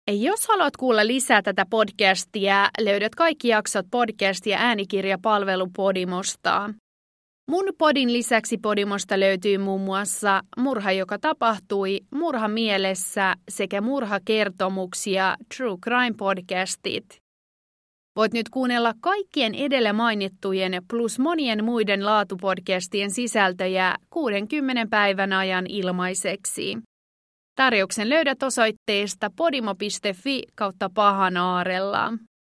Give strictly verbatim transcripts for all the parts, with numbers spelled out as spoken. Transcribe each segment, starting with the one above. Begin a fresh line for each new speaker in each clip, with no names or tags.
Jos haluat kuulla lisää tätä podcastia, löydät kaikki jaksot podcast- ja äänikirjapalvelu Podimosta. Mun podin lisäksi Podimosta löytyy muun muassa Murha, joka tapahtui, Murha mielessä sekä murhakertomuksia True Crime-podcastit. Voit nyt kuunnella kaikkien edellä mainittujen plus monien muiden laatupodcastien sisältöjä kuudenkymmenen päivän ajan ilmaiseksi. Tarjouksen löydät osoitteesta podimo piste fi kautta Pahanaarella.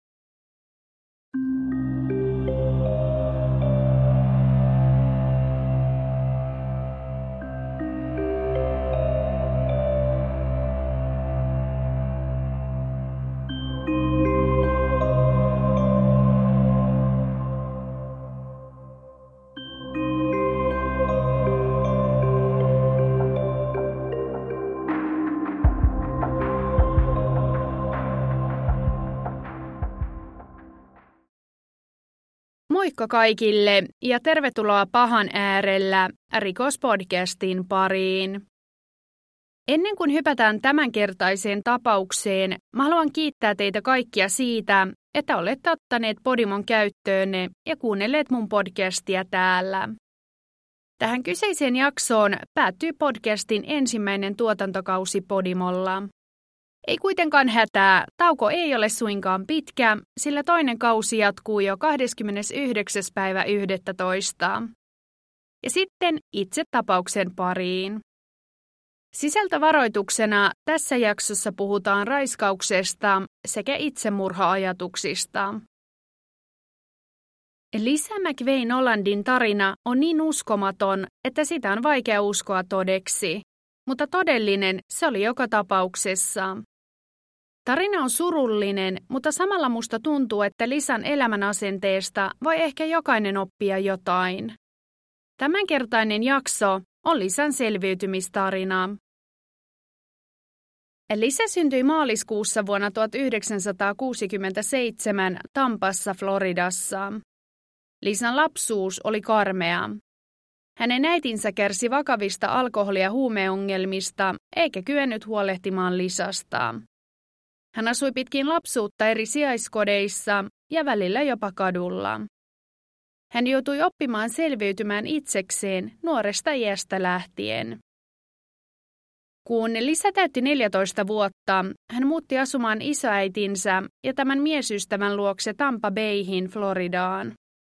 Moikka kaikille ja tervetuloa Pahan äärellä rikospodcastin pariin. Ennen kuin hypätään tämänkertaiseen tapaukseen, mä haluan kiittää teitä kaikkia siitä, että olette ottaneet Podimon käyttöönne ja kuunnelleet mun podcastia täällä. Tähän kyseiseen jaksoon päättyy podcastin ensimmäinen tuotantokausi Podimolla. Ei kuitenkaan hätää, tauko ei ole suinkaan pitkä, sillä toinen kausi jatkuu jo kahdeskymmenesyhdeksäs päivä yhdestoista. Ja sitten itse tapauksen pariin. Sisältövaroituksena tässä jaksossa puhutaan raiskauksesta sekä itsemurha-ajatuksista. Lisa McVey Nolandin tarina on niin uskomaton, että sitä on vaikea uskoa todeksi, mutta todellinen se oli joka tapauksessa. Tarina on surullinen, mutta samalla musta tuntuu, että Lisan elämänasenteesta voi ehkä jokainen oppia jotain. Tämänkertainen jakso on Lisan selviytymistarina. Lisa syntyi maaliskuussa vuonna tuhatyhdeksänsataakuusikymmentäseitsemän Tampassa, Floridassa. Lisan lapsuus oli karmea. Hänen äitinsä kärsi vakavista alkoholi- ja huumeongelmista eikä kyennyt huolehtimaan Lisasta. Hän asui pitkin lapsuutta eri sijaiskodeissa ja välillä jopa kadulla. Hän joutui oppimaan selviytymään itsekseen nuoresta iästä lähtien. Kun Lisa täytti neljätoista vuotta, hän muutti asumaan isoäitinsä ja tämän miesystävän luokse Tampa Bayhin, Floridaan.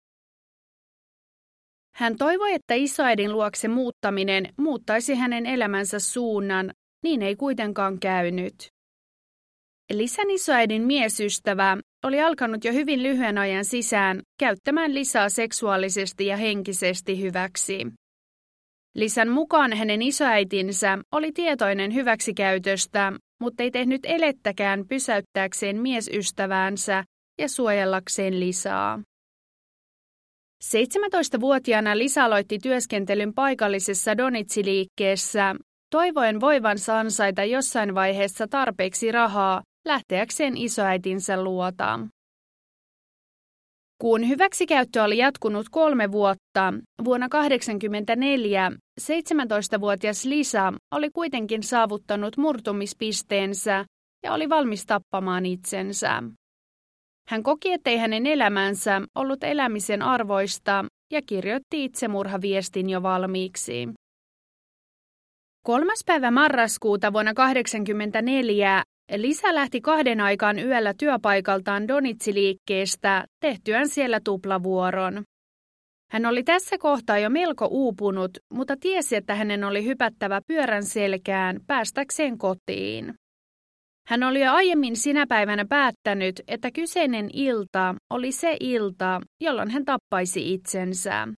Hän toivoi, että isoäidin luokse muuttaminen muuttaisi hänen elämänsä suunnan, niin ei kuitenkaan käynyt. Lisan isoäidin miesystävä oli alkanut jo hyvin lyhyen ajan sisään käyttämään Lisaa seksuaalisesti ja henkisesti hyväksi. Lisan mukaan hänen isoäitinsä oli tietoinen hyväksikäytöstä, mutta ei tehnyt elettäkään pysäyttääkseen miesystäväänsä ja suojellakseen Lisaa. seitsemäntoistavuotiaana Lisa aloitti työskentelyn paikallisessa donitsiliikkeessä, toivoen voivansa ansaita jossain vaiheessa tarpeeksi rahaa lähteäkseen isoäitinsä luota. Kun hyväksikäyttö oli jatkunut kolme vuotta, vuonna tuhatyhdeksänsataakahdeksankymmentäneljä seitsemäntoistavuotias Lisa oli kuitenkin saavuttanut murtumispisteensä ja oli valmis tappamaan itsensä. Hän koki, ettei hänen elämänsä ollut elämisen arvoista ja kirjoitti itsemurhaviestin jo valmiiksi. Kolmas päivä marraskuuta vuonna tuhatyhdeksänsataakahdeksankymmentäneljä Lisa lähti kahden aikaan yöllä työpaikaltaan donitsiliikkeestä tehtyään siellä tuplavuoron. Hän oli tässä kohtaa jo melko uupunut, mutta tiesi, että hänen oli hypättävä pyörän selkään päästäkseen kotiin. Hän oli jo aiemmin sinä päivänä päättänyt, että kyseinen ilta oli se ilta, jolloin hän tappaisi itsensä.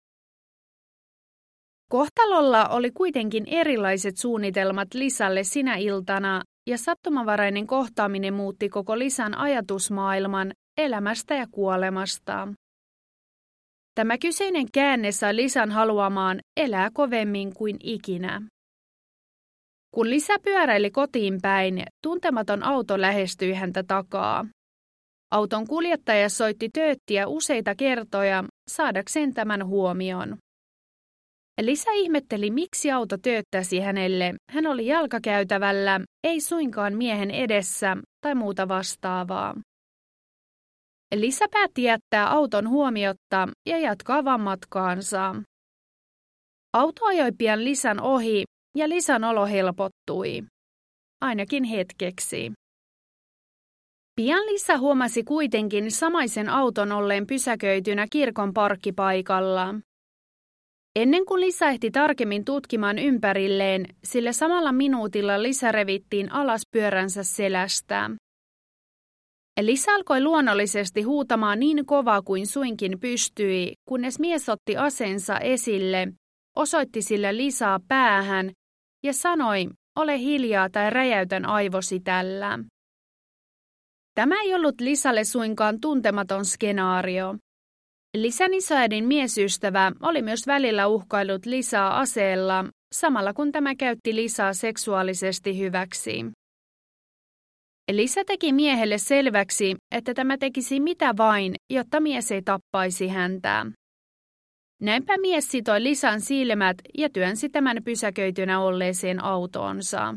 Kohtalolla oli kuitenkin erilaiset suunnitelmat Lisalle sinä iltana, ja sattumanvarainen kohtaaminen muutti koko Lisan ajatusmaailman elämästä ja kuolemasta. Tämä kyseinen käänne sai Lisan haluamaan elää kovemmin kuin ikinä. Kun Lisa pyöräili kotiin päin, tuntematon auto lähestyi häntä takaa. Auton kuljettaja soitti tööttiä useita kertoja saadakseen tämän huomion. Lisa ihmetteli, miksi auto tööttäsi hänelle. Hän oli jalkakäytävällä, ei suinkaan miehen edessä tai muuta vastaavaa. Lisa päätti jättää auton huomiotta ja jatkaa vaan matkaansa. Auto ajoi pian Lisan ohi ja Lisan olo helpottui. Ainakin hetkeksi. Pian Lisa huomasi kuitenkin samaisen auton olleen pysäköitynä kirkon parkkipaikalla. Ennen kuin Lisa ehti tarkemmin tutkimaan ympärilleen, sillä samalla minuutilla Lisa revittiin alas pyöränsä selästä. Lisa alkoi luonnollisesti huutamaan niin kovaa kuin suinkin pystyi, kunnes mies otti aseensa esille, osoitti sillä Lisaa päähän ja sanoi, ole hiljaa tai räjäytän aivosi tällä. Tämä ei ollut Lisalle suinkaan tuntematon skenaario. Lisan isoäidin miesystävä oli myös välillä uhkaillut Lisaa aseella, samalla kun tämä käytti Lisaa seksuaalisesti hyväksi. Lisa teki miehelle selväksi, että tämä tekisi mitä vain, jotta mies ei tappaisi häntä. Näinpä mies sitoi Lisan silmät ja työnsi tämän pysäköitynä olleeseen autoonsa.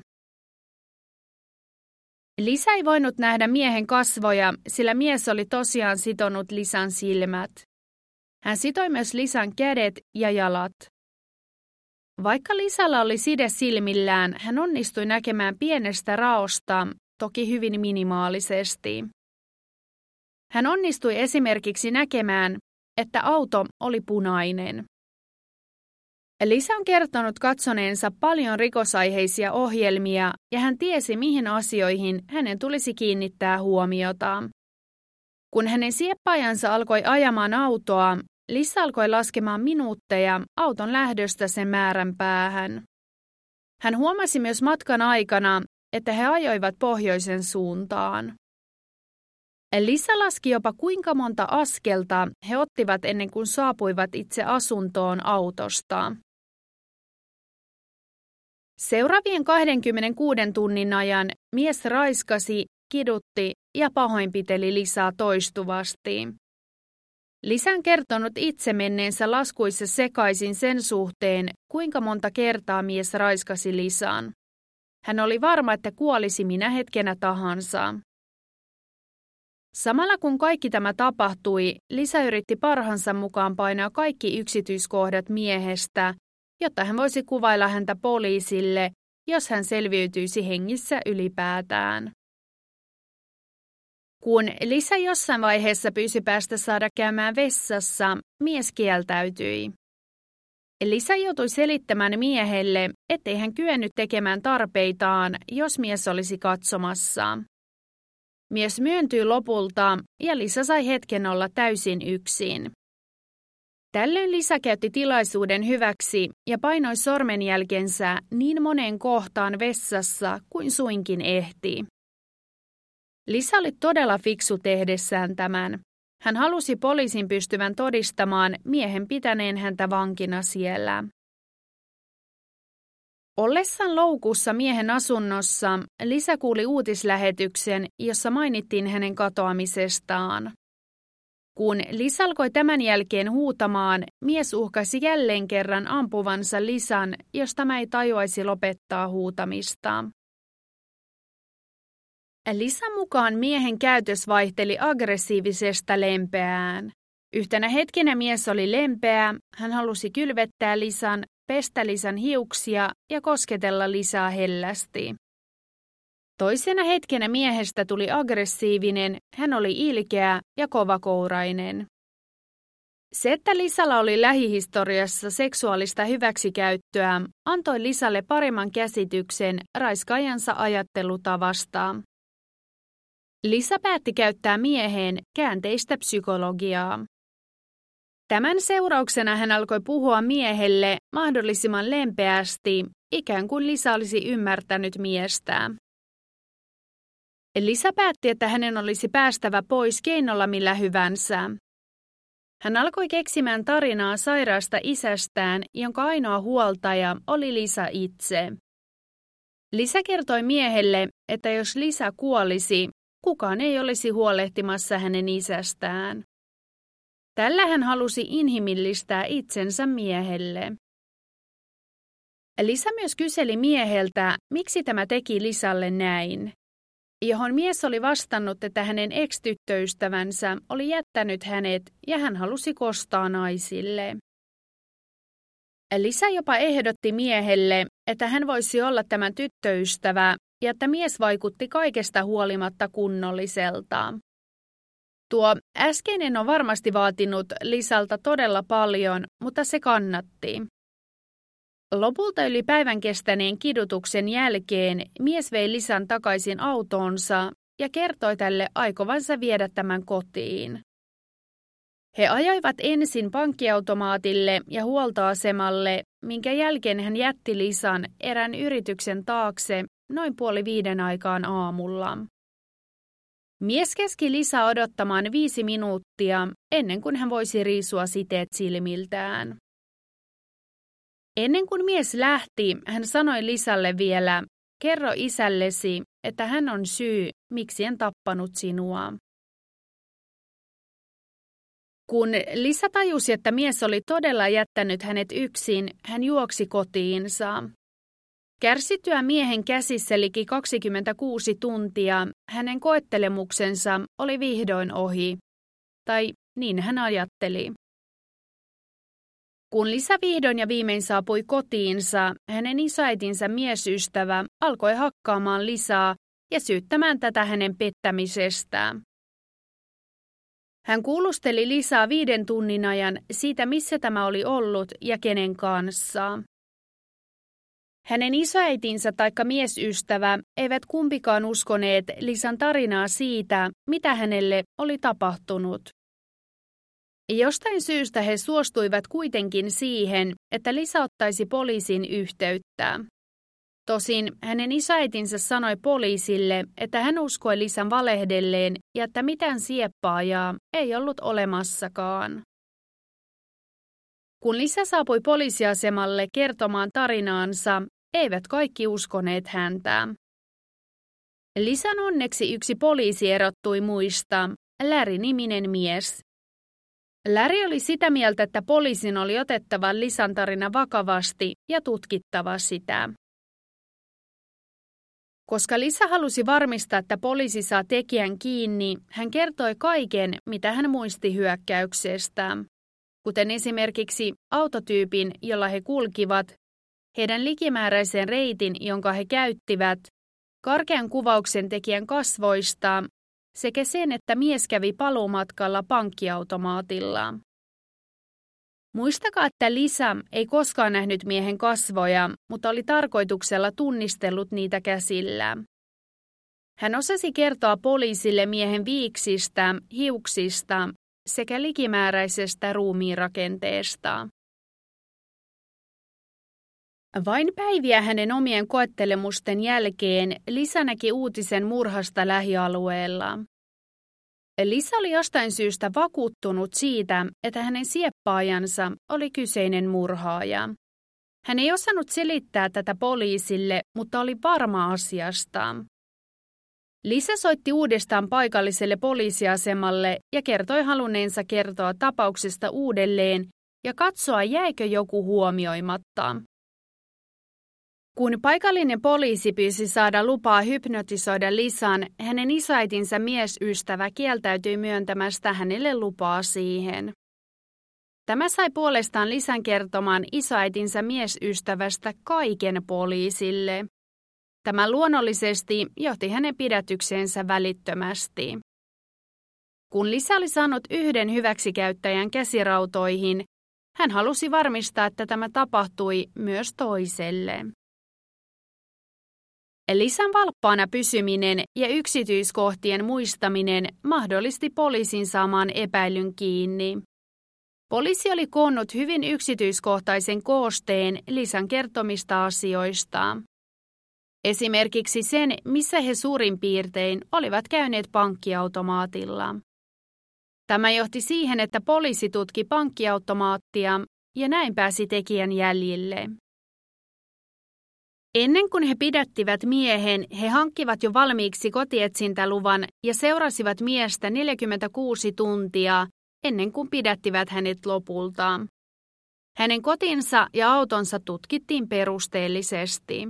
Lisa ei voinut nähdä miehen kasvoja, sillä mies oli tosiaan sitonut Lisan silmät. Hän sitoi myös Lisan kädet ja jalat. Vaikka Lisalla oli side silmillään, hän onnistui näkemään pienestä raosta, toki hyvin minimaalisesti. Hän onnistui esimerkiksi näkemään, että auto oli punainen. Lisa on kertonut katsoneensa paljon rikosaiheisia ohjelmia ja hän tiesi, mihin asioihin hänen tulisi kiinnittää huomiota. Kun hänen sieppaajansa alkoi ajamaan autoa, Lisa alkoi laskemaan minuutteja auton lähdöstä sen määrän päähän. Hän huomasi myös matkan aikana, että he ajoivat pohjoisen suuntaan. Lisa laski jopa kuinka monta askelta he ottivat ennen kuin saapuivat itse asuntoon autosta. Seuraavien kaksikymmentäkuuden tunnin ajan mies raiskasi, kidutti ja pahoinpiteli Lisaa toistuvasti. Lisa on kertonut itse menneensä laskuissa sekaisin sen suhteen, kuinka monta kertaa mies raiskasi Lisan. Hän oli varma, että kuolisi minä hetkenä tahansa. Samalla kun kaikki tämä tapahtui, Lisa yritti parhaansa mukaan painaa kaikki yksityiskohdat miehestä, jotta hän voisi kuvailla häntä poliisille, jos hän selviytyisi hengissä ylipäätään. Kun Lisa jossain vaiheessa pyysi päästä saada käymään vessassa, mies kieltäytyi. Lisa joutui selittämään miehelle, ettei hän kyennyt tekemään tarpeitaan, jos mies olisi katsomassa. Mies myöntyi lopulta ja Lisa sai hetken olla täysin yksin. Tällöin Lisa käytti tilaisuuden hyväksi ja painoi sormenjälkensä niin moneen kohtaan vessassa kuin suinkin ehti. Lisa oli todella fiksu tehdessään tämän. Hän halusi poliisin pystyvän todistamaan miehen pitäneen häntä vankina siellä. Ollessaan loukussa miehen asunnossa, Lisa kuuli uutislähetyksen, jossa mainittiin hänen katoamisestaan. Kun Lisa alkoi tämän jälkeen huutamaan, mies uhkasi jälleen kerran ampuvansa Lisan, jos tämä ei tajuaisi lopettaa huutamista. Lisan mukaan miehen käytös vaihteli aggressiivisesta lempeään. Yhtenä hetkenä mies oli lempeä, hän halusi kylvettää Lisan, pestä Lisan hiuksia ja kosketella Lisaa hellästi. Toisena hetkenä miehestä tuli aggressiivinen, hän oli ilkeä ja kovakourainen. Se, että Lisalla oli lähihistoriassa seksuaalista hyväksikäyttöä, antoi Lisalle paremman käsityksen raiskaajansa ajattelutavasta. Lisa päätti käyttää mieheen käänteistä psykologiaa. Tämän seurauksena hän alkoi puhua miehelle mahdollisimman lempeästi, ikään kuin Lisa olisi ymmärtänyt miestä. Lisa päätti, että hänen olisi päästävä pois keinolla millä hyvänsä. Hän alkoi keksimään tarinaa sairaasta isästään, jonka ainoa huoltaja oli Lisa itse. Lisa kertoi miehelle, että jos Lisa kuolisi, kukaan ei olisi huolehtimassa hänen isästään. Tällä hän halusi inhimillistää itsensä miehelle. Lisa myös kyseli mieheltä, miksi tämä teki Lisalle näin, johon mies oli vastannut, että hänen ex-tyttöystävänsä oli jättänyt hänet ja hän halusi kostaa naisille. Lisa jopa ehdotti miehelle, että hän voisi olla tämän tyttöystävä ja että mies vaikutti kaikesta huolimatta kunnolliselta. Tuo äskeinen on varmasti vaatinut Lisalta todella paljon, mutta se kannatti. Lopulta yli päivän kestäneen kidutuksen jälkeen mies vei Lisan takaisin autoonsa ja kertoi tälle aikovansa viedä tämän kotiin. He ajoivat ensin pankkiautomaatille ja huoltoasemalle, minkä jälkeen hän jätti Lisan erään yrityksen taakse noin puoli viiden aikaan aamulla. Mies käski Lisaa odottamaan viisi minuuttia ennen kuin hän voisi riisua siteet silmiltään. Ennen kuin mies lähti, hän sanoi Lisalle vielä, kerro isällesi, että hän on syy, miksi en tappanut sinua. Kun Lisa tajusi, että mies oli todella jättänyt hänet yksin, hän juoksi kotiinsa. Kärsittyä miehen käsissä liki kaksikymmentäkuusi tuntia, hänen koettelemuksensa oli vihdoin ohi. Tai niin hän ajatteli. Kun Lisa vihdoin ja viimein saapui kotiinsa, hänen isoäitinsä miesystävä alkoi hakkaamaan Lisaa ja syyttämään tätä hänen pettämisestään. Hän kuulusteli Lisaa viiden tunnin ajan siitä, missä tämä oli ollut ja kenen kanssa. Hänen isoäitinsä taikka miesystävä eivät kumpikaan uskoneet Lisan tarinaa siitä, mitä hänelle oli tapahtunut. Jostain syystä he suostuivat kuitenkin siihen, että Lisa ottaisi poliisin yhteyttä. Tosin hänen isoäitinsä sanoi poliisille, että hän uskoi Lisan valehdelleen ja että mitään sieppaajaa ei ollut olemassakaan. Kun Lisa saapui poliisiasemalle kertomaan tarinaansa, eivät kaikki uskoneet häntä. Lisan onneksi yksi poliisi erottui muista, Larry-niminen mies. Larry oli sitä mieltä, että poliisin oli otettava Lisan tarina vakavasti ja tutkittava sitä. Koska Lisa halusi varmistaa, että poliisi saa tekijän kiinni, hän kertoi kaiken, mitä hän muisti hyökkäyksestä, kuten esimerkiksi autotyypin, jolla he kulkivat, heidän likimääräisen reitin, jonka he käyttivät, karkean kuvauksen tekijän kasvoista sekä sen, että mies kävi paluumatkalla pankkiautomaatilla. Muistakaa, että Lisa ei koskaan nähnyt miehen kasvoja, mutta oli tarkoituksella tunnistellut niitä käsillä. Hän osasi kertoa poliisille miehen viiksistä, hiuksista sekä likimääräisestä ruumiinrakenteesta. Vain päiviä hänen omien koettelemusten jälkeen Lisa näki uutisen murhasta lähialueella. Lisa oli jostain syystä vakuuttunut siitä, että hänen sieppaajansa oli kyseinen murhaaja. Hän ei osannut selittää tätä poliisille, mutta oli varma asiasta. Lisa soitti uudestaan paikalliselle poliisiasemalle ja kertoi halunneensa kertoa tapauksesta uudelleen ja katsoa, jäikö joku huomioimatta. Kun paikallinen poliisi pyysi saada lupaa hypnotisoida Lisan, hänen isoäitinsä miesystävä kieltäytyi myöntämästä hänelle lupaa siihen. Tämä sai puolestaan Lisan kertomaan isoäitinsä miesystävästä kaiken poliisille. Tämä luonnollisesti johti hänen pidätykseensä välittömästi. Kun Lisa oli saanut yhden hyväksikäyttäjän käsirautoihin, hän halusi varmistaa, että tämä tapahtui myös toiselle. Lisan valppaana pysyminen ja yksityiskohtien muistaminen mahdollisti poliisin saamaan epäilyn kiinni. Poliisi oli koonnut hyvin yksityiskohtaisen koosteen Lisan kertomista asioista. Esimerkiksi sen, missä he suurin piirtein olivat käyneet pankkiautomaatilla. Tämä johti siihen, että poliisi tutki pankkiautomaattia ja näin pääsi tekijän jäljille. Ennen kuin he pidättivät miehen, he hankkivat jo valmiiksi kotietsintäluvan ja seurasivat miestä neljäkymmentäkuusi tuntia ennen kuin pidättivät hänet lopulta. Hänen kotinsa ja autonsa tutkittiin perusteellisesti.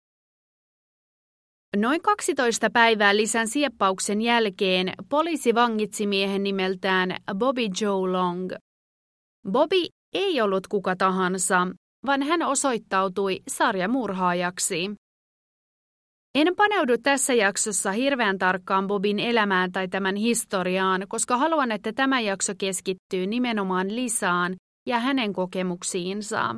Noin kaksitoista päivää Lisan sieppauksen jälkeen poliisi vangitsi miehen nimeltään Bobby Joe Long. Bobby ei ollut kuka tahansa, vaan hän osoittautui sarjamurhaajaksi. En paneudu tässä jaksossa hirveän tarkkaan Bobin elämään tai tämän historiaan, koska haluan, että tämä jakso keskittyy nimenomaan Lisaan ja hänen kokemuksiinsa.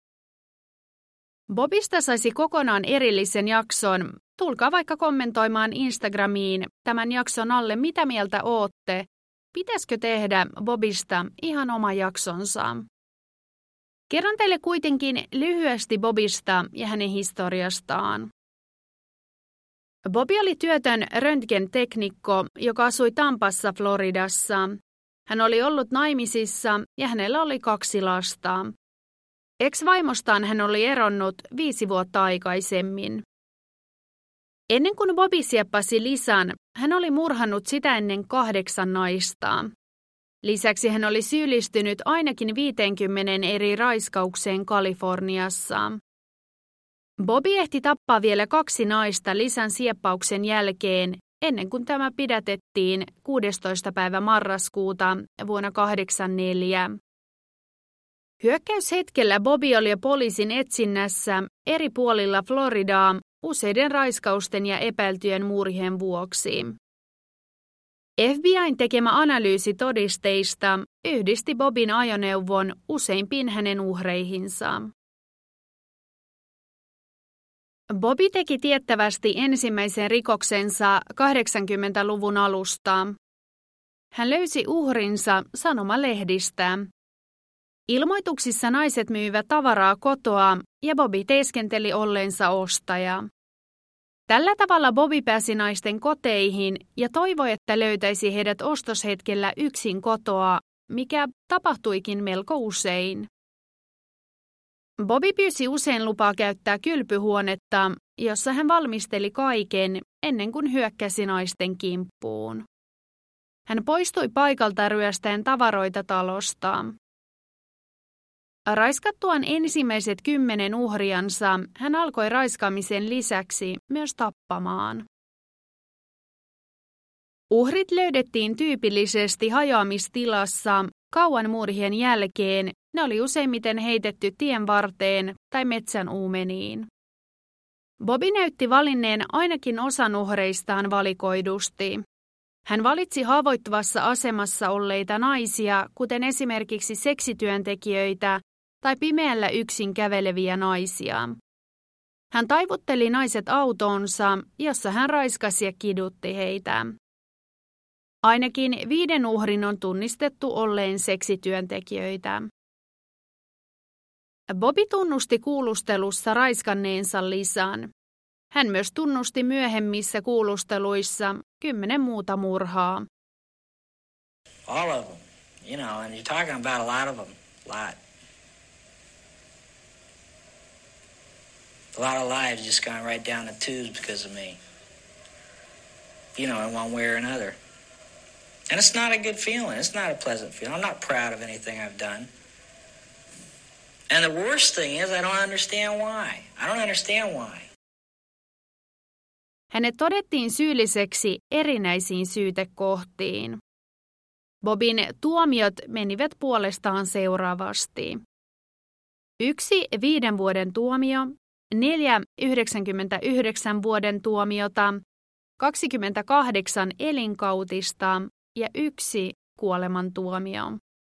Bobista saisi kokonaan erillisen jakson. Tulkaa vaikka kommentoimaan Instagramiin tämän jakson alle, mitä mieltä ootte. Pitäisikö tehdä Bobista ihan oma jaksonsa? Kerron teille kuitenkin lyhyesti Bobista ja hänen historiastaan. Bobby oli työtön röntgenteknikko, joka asui Tampassa, Floridassa. Hän oli ollut naimisissa ja hänellä oli kaksi lasta. Ex-vaimostaan hän oli eronnut viisi vuotta aikaisemmin. Ennen kuin Bobby sieppasi Lisan, hän oli murhannut sitä ennen kahdeksan naista. Lisäksi hän oli syyllistynyt ainakin viiteenkymmeneen eri raiskaukseen Kaliforniassa. Bobby ehti tappaa vielä kaksi naista Lisan sieppauksen jälkeen, ennen kuin tämä pidätettiin kuudestoista päivä marraskuuta vuonna kahdeksankymmentäneljä. Hyökkäyshetkellä Bobby oli jo poliisin etsinnässä eri puolilla Floridaa useiden raiskausten ja epäiltyjen murhien vuoksi. F B I:n tekemä analyysi todisteista yhdisti Bobin ajoneuvon useimpiin hänen uhreihinsa. Bobby teki tiettävästi ensimmäisen rikoksensa kahdeksankymmentäluvun alusta. Hän löysi uhrinsa sanomalehdistä. Ilmoituksissa naiset myivät tavaraa kotoa ja Bobby teeskenteli olleensa ostaja. Tällä tavalla Bobby pääsi naisten koteihin ja toivoi, että löytäisi heidät ostoshetkellä yksin kotoa, mikä tapahtuikin melko usein. Bobby pyysi usein lupaa käyttää kylpyhuonetta, jossa hän valmisteli kaiken ennen kuin hyökkäsi naisten kimppuun. Hän poistui paikalta ryöstäen tavaroita talosta. Raiskattuaan ensimmäiset kymmenen uhriansa, hän alkoi raiskaamisen lisäksi myös tappamaan. Uhrit löydettiin tyypillisesti hajoamistilassa kauan murhien jälkeen. Ne oli useimmiten heitetty tien varteen tai metsän uumeniin. Bobby näytti valinneen ainakin osan uhreistaan valikoidusti. Hän valitsi haavoittuvassa asemassa olleita naisia, kuten esimerkiksi seksityöntekijöitä tai pimeällä yksin käveleviä naisia. Hän taivutteli naiset autoonsa, jossa hän raiskasi ja kidutti heitä. Ainakin viiden uhrin on tunnistettu olleen seksityöntekijöitä. Bobby tunnusti kuulustelussa raiskanneensa Lisan. Hän myös tunnusti myöhemmissä kuulusteluissa kymmenen muuta murhaa.
All of them, you know, and you're talking about a lot of them, lot. A lot of lives just gone right down the tubes because of me. You know, in one way or another. And it's not a good feeling. It's not a pleasant feeling. I'm not proud of anything I've done. And the worst thing is I don't understand why. I don't understand why.
Hänet todettiin syylliseksi erinäisiin syytekohtiin. Bobin tuomiot menivät puolestaan seuraavasti. Yksi viiden vuoden tuomio, neljä yhdeksänkymmentäyhdeksän vuoden tuomiota, kaksikymmentäkahdeksan elinkautista ja yksi kuolemantuomio.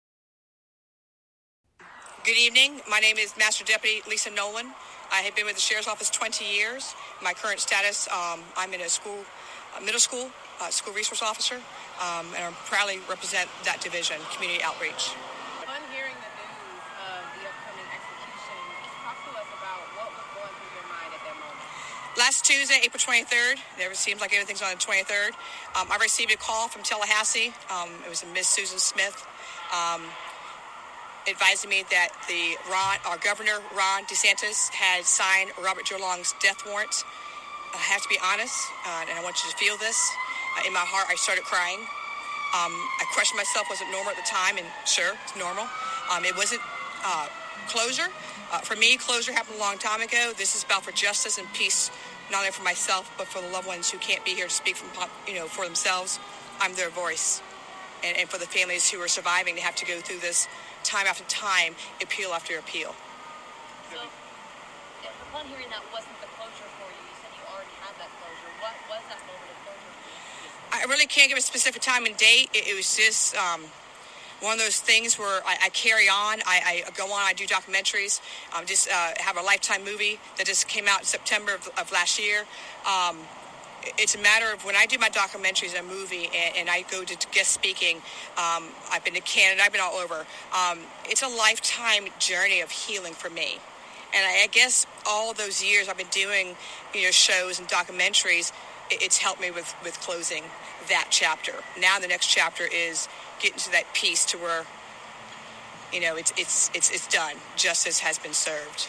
Good evening. My name is Master Deputy Lisa Nolan. I have been with the Sheriff's Office twenty years. My current status, um, I'm in a school, a middle school, uh, school resource officer, um, and I proudly represent that division, community outreach.
On hearing the news of the upcoming execution, talk to us about what was going through your mind at that moment.
Last Tuesday, April twenty-third, there seems like everything's on the twenty-third. Um, I received a call from Tallahassee. Um, it was a Miss Susan Smith. Um, advising me that the Ron, our Governor Ron DeSantis had signed Robert Joe Long's death warrant. I have to be honest, uh, and I want you to feel this. Uh, in my heart, I started crying. Um, I questioned myself, was it normal at the time? And sure, it's normal. Um, it wasn't uh, closure. Uh, for me, closure happened a long time ago. This is about for justice and peace, not only for myself, but for the loved ones who can't be here to speak from, you know, for themselves. I'm their voice. And, and for the families who are surviving to have to go through this time after time, appeal after appeal.
So, upon hearing that wasn't the closure for you, you said you already had that closure. What was that moment of closure for you?
I really can't give a specific time and date. It, it was just um, one of those things where I, I carry on. I, I go on. I do documentaries. Um, just uh, have a Lifetime movie that just came out in September of, of last year. Um, it's a matter of when I do my documentaries and a movie and, and I go to guest speaking, um, I've been to Canada, I've been all over. Um, it's a lifetime journey of healing for me. And I, I guess all those years I've been doing, you know, shows and documentaries, it, it's helped me with, with closing that chapter. Now the next chapter is getting to that piece to where, you know, it's it's it's it's done. Justice has been served.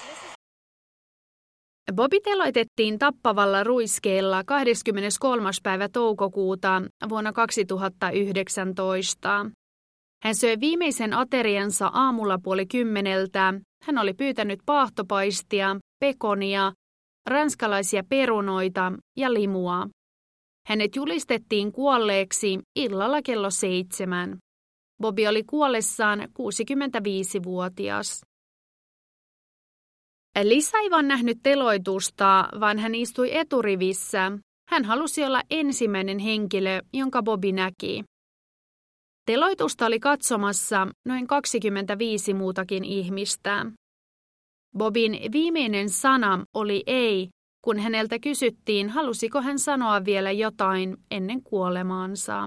Bobby teloitettiin tappavalla ruiskeella kahdeskymmeneskolmas päivä toukokuuta vuonna kaksituhattayhdeksäntoista. Hän söi viimeisen ateriansa aamulla puoli kymmeneltä. Hän oli pyytänyt paahtopaistia, pekonia, ranskalaisia perunoita ja limua. Hänet julistettiin kuolleeksi illalla kello seitsemän. Bobby oli kuollessaan kuusikymmentäviisivuotias. Lisa ei vaan nähnyt teloitusta, vaan hän istui eturivissä. Hän halusi olla ensimmäinen henkilö, jonka Bobby näki. Teloitusta oli katsomassa noin kaksikymmentäviisi muutakin ihmistä. Bobin viimeinen sana oli ei, kun häneltä kysyttiin, halusiko hän sanoa vielä jotain ennen kuolemaansa.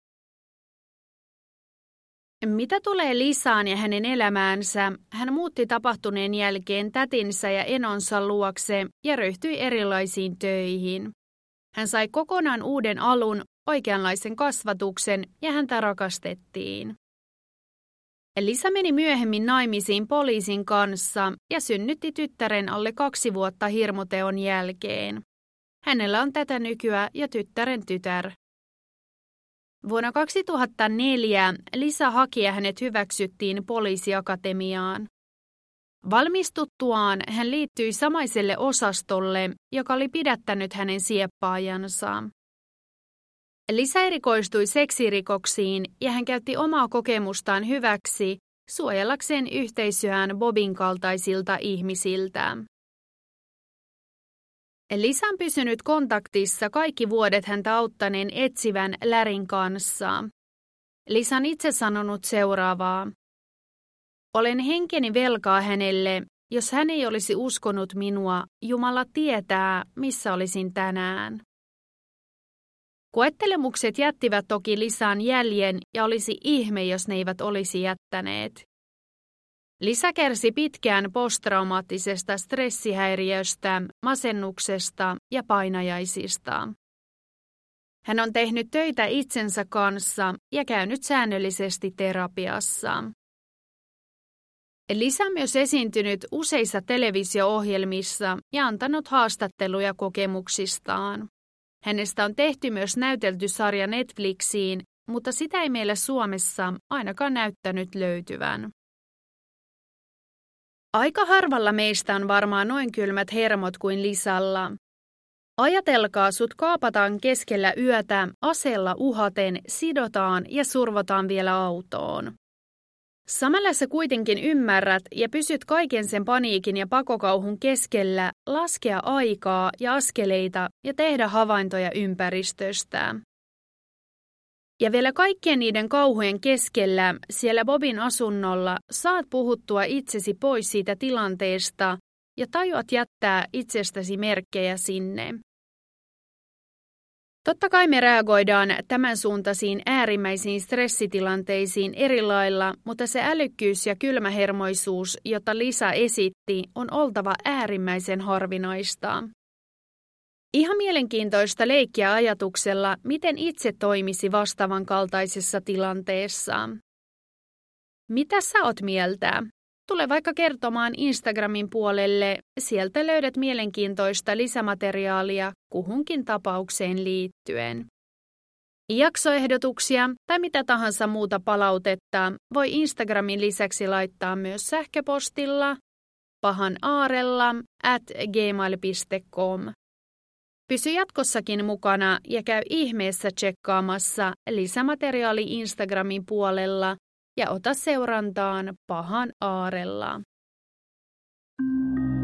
Mitä tulee Lisaan ja hänen elämäänsä, hän muutti tapahtuneen jälkeen tätinsä ja enonsa luokse ja ryhtyi erilaisiin töihin. Hän sai kokonaan uuden alun, oikeanlaisen kasvatuksen ja häntä rakastettiin. Lisa meni myöhemmin naimisiin poliisin kanssa ja synnytti tyttären alle kaksi vuotta hirmuteon jälkeen. Hänellä on tätä nykyä ja tyttären tytär. Vuonna kaksituhattaneljä Lisa haki ja hänet hyväksyttiin poliisiakatemiaan. Valmistuttuaan hän liittyi samaiselle osastolle, joka oli pidättänyt hänen sieppaajansa. Lisa erikoistui seksirikoksiin ja hän käytti omaa kokemustaan hyväksi suojellakseen yhteisöään Bobin kaltaisilta ihmisiltä. Lisa on pysynyt kontaktissa kaikki vuodet häntä auttaneen etsivän Larryn kanssa. Lisa on itse sanonut seuraavaa. Olen henkeni velkaa hänelle, jos hän ei olisi uskonut minua, Jumala tietää, missä olisin tänään. Koettelemukset jättivät toki Lisaan jäljen ja olisi ihme, jos ne eivät olisi jättäneet. Lisa kärsi pitkään posttraumaattisesta stressihäiriöstä, masennuksesta ja painajaisista. Hän on tehnyt töitä itsensä kanssa ja käynyt säännöllisesti terapiassa. Lisa on myös esiintynyt useissa televisio-ohjelmissa ja antanut haastatteluja kokemuksistaan. Hänestä on tehty myös näytelty sarja Netflixiin, mutta sitä ei meillä Suomessa ainakaan näyttänyt löytyvän. Aika harvalla meistä on varmaan noin kylmät hermot kuin Lisalla. Ajatelkaa, sut kaapataan keskellä yötä, aseella uhaten, sidotaan ja survotaan vielä autoon. Samalla sä kuitenkin ymmärrät ja pysyt kaiken sen paniikin ja pakokauhun keskellä, laskea aikaa ja askeleita ja tehdä havaintoja ympäristöstä. Ja vielä kaikkien niiden kauhujen keskellä, siellä Bobin asunnolla, saat puhuttua itsesi pois siitä tilanteesta ja tajuat jättää itsestäsi merkkejä sinne. Totta kai me reagoidaan tämän suuntaisiin äärimmäisiin stressitilanteisiin eri lailla, mutta se älykkyys ja kylmähermoisuus, jota Lisa esitti, on oltava äärimmäisen harvinaista. Ihan mielenkiintoista leikkiä ajatuksella, miten itse toimisi vastaavan kaltaisessa tilanteessa. Mitä sä oot mieltä? Tule vaikka kertomaan Instagramin puolelle, sieltä löydät mielenkiintoista lisämateriaalia kuhunkin tapaukseen liittyen. Jaksoehdotuksia tai mitä tahansa muuta palautetta voi Instagramin lisäksi laittaa myös sähköpostilla pahanaarella at gmail piste com. Pysy jatkossakin mukana ja käy ihmeessä tsekkaamassa lisämateriaali Instagramin puolella ja ota seurantaan Pahan aarella.